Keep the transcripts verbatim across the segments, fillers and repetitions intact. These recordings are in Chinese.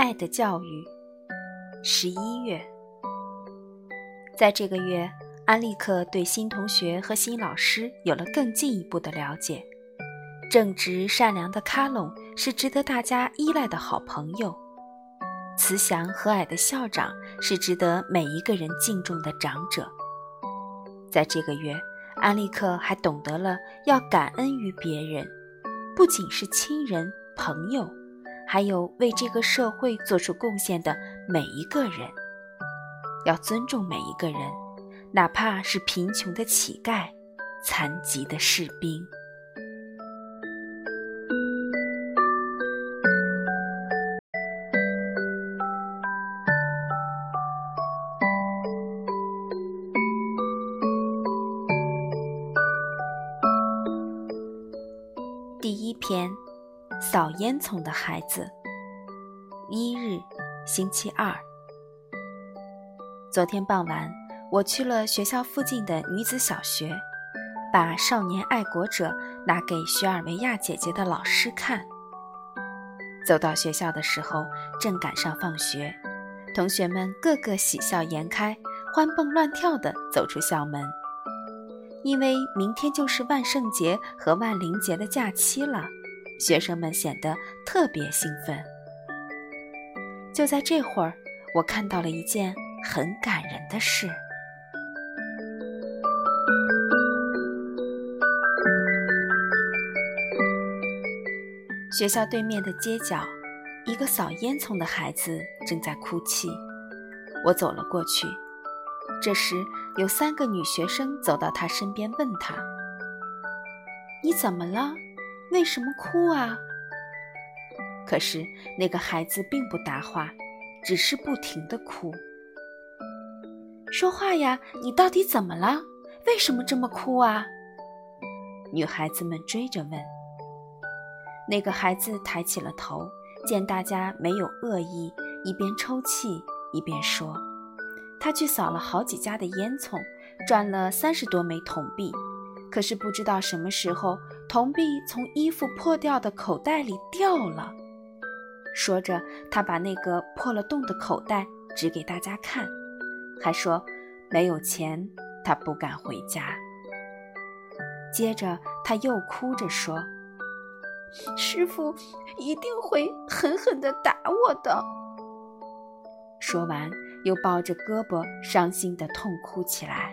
爱的教育。十一月，在这个月，安利克对新同学和新老师有了更进一步的了解。正直善良的卡隆是值得大家依赖的好朋友，慈祥和蔼的校长是值得每一个人敬重的长者。在这个月，安利克还懂得了要感恩于别人，不仅是亲人、朋友，还有为这个社会做出贡献的每一个人。要尊重每一个人，哪怕是贫穷的乞丐、残疾的士兵。第一篇，扫烟囱的孩子。一日，星期二。昨天傍晚，我去了学校附近的女子小学，把《少年爱国者》拿给徐尔维亚姐姐的老师看。走到学校的时候，正赶上放学，同学们个个喜笑颜开，欢蹦乱跳地走出校门。因为明天就是万圣节和万灵节的假期了，学生们显得特别兴奋。就在这会儿，我看到了一件很感人的事。学校对面的街角，一个扫烟囱的孩子正在哭泣。我走了过去，这时有三个女学生走到他身边问他：“你怎么了？为什么哭啊？”可是那个孩子并不答话，只是不停地哭。“说话呀，你到底怎么了？为什么这么哭啊？”女孩子们追着问。那个孩子抬起了头，见大家没有恶意，一边抽泣一边说：“他去扫了好几家的烟囱，赚了三十多枚铜币，可是不知道什么时候，铜币从衣服破掉的口袋里掉了。”说着，他把那个破了洞的口袋指给大家看，还说没有钱，他不敢回家。接着他又哭着说：“师父一定会狠狠地打我的。”说完，又抱着胳膊伤心地痛哭起来。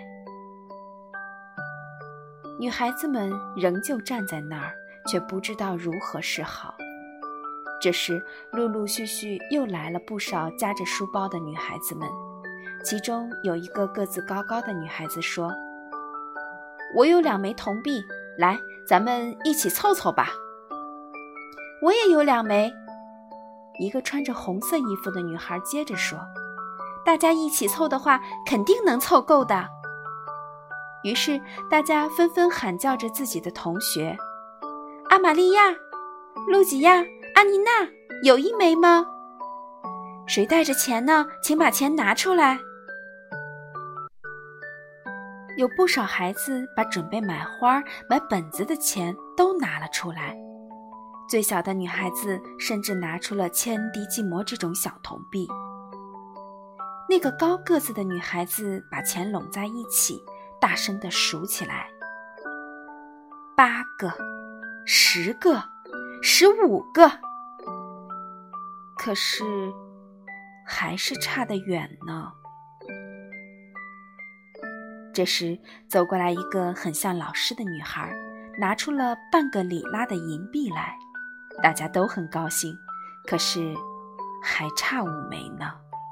女孩子们仍旧站在那儿，却不知道如何是好。这时，陆陆续续又来了不少夹着书包的女孩子们，其中有一个个子高高的女孩子说：“我有两枚铜币，来，咱们一起凑凑吧。”“我也有两枚。”一个穿着红色衣服的女孩接着说：“大家一起凑的话，肯定能凑够的。”于是大家纷纷喊叫着自己的同学：“阿玛利亚、露吉亚、安妮娜，有一枚吗？谁带着钱呢？请把钱拿出来。”有不少孩子把准备买花、买本子的钱都拿了出来。最小的女孩子甚至拿出了千迪基摩这种小铜币。那个高个子的女孩子把钱拢在一起，大声地数起来：八个、十个、十五个。可是还是差得远呢。这时走过来一个很像老师的女孩，拿出了半个里拉的银币来，大家都很高兴，可是还差五枚呢。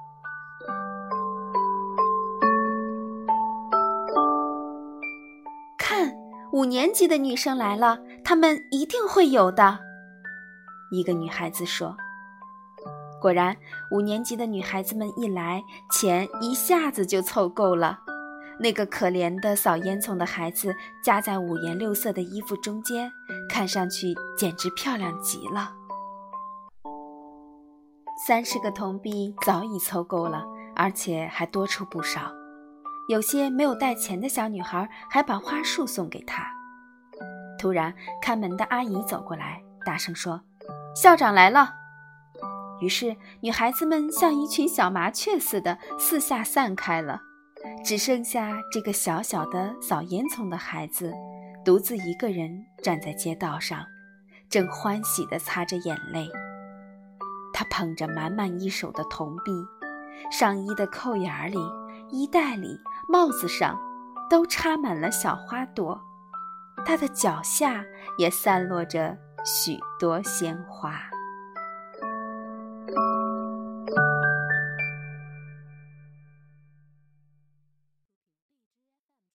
看，五年级的女生来了，她们一定会有的。一个女孩子说。果然，五年级的女孩子们一来，钱一下子就凑够了。那个可怜的扫烟囱的孩子夹在五颜六色的衣服中间，看上去简直漂亮极了。三十个铜币早已凑够了，而且还多出不少。有些没有带钱的小女孩还把花束送给她。突然，看门的阿姨走过来，大声说：“校长来了！” 于是女孩子们像一群小麻雀似的四下散开了，只剩下这个小小的扫烟囱的孩子独自一个人站在街道上，正欢喜地擦着眼泪。他捧着满满一手的铜币，上衣的扣眼里、衣袋里、帽子上都插满了小花朵，他的脚下也散落着许多鲜花。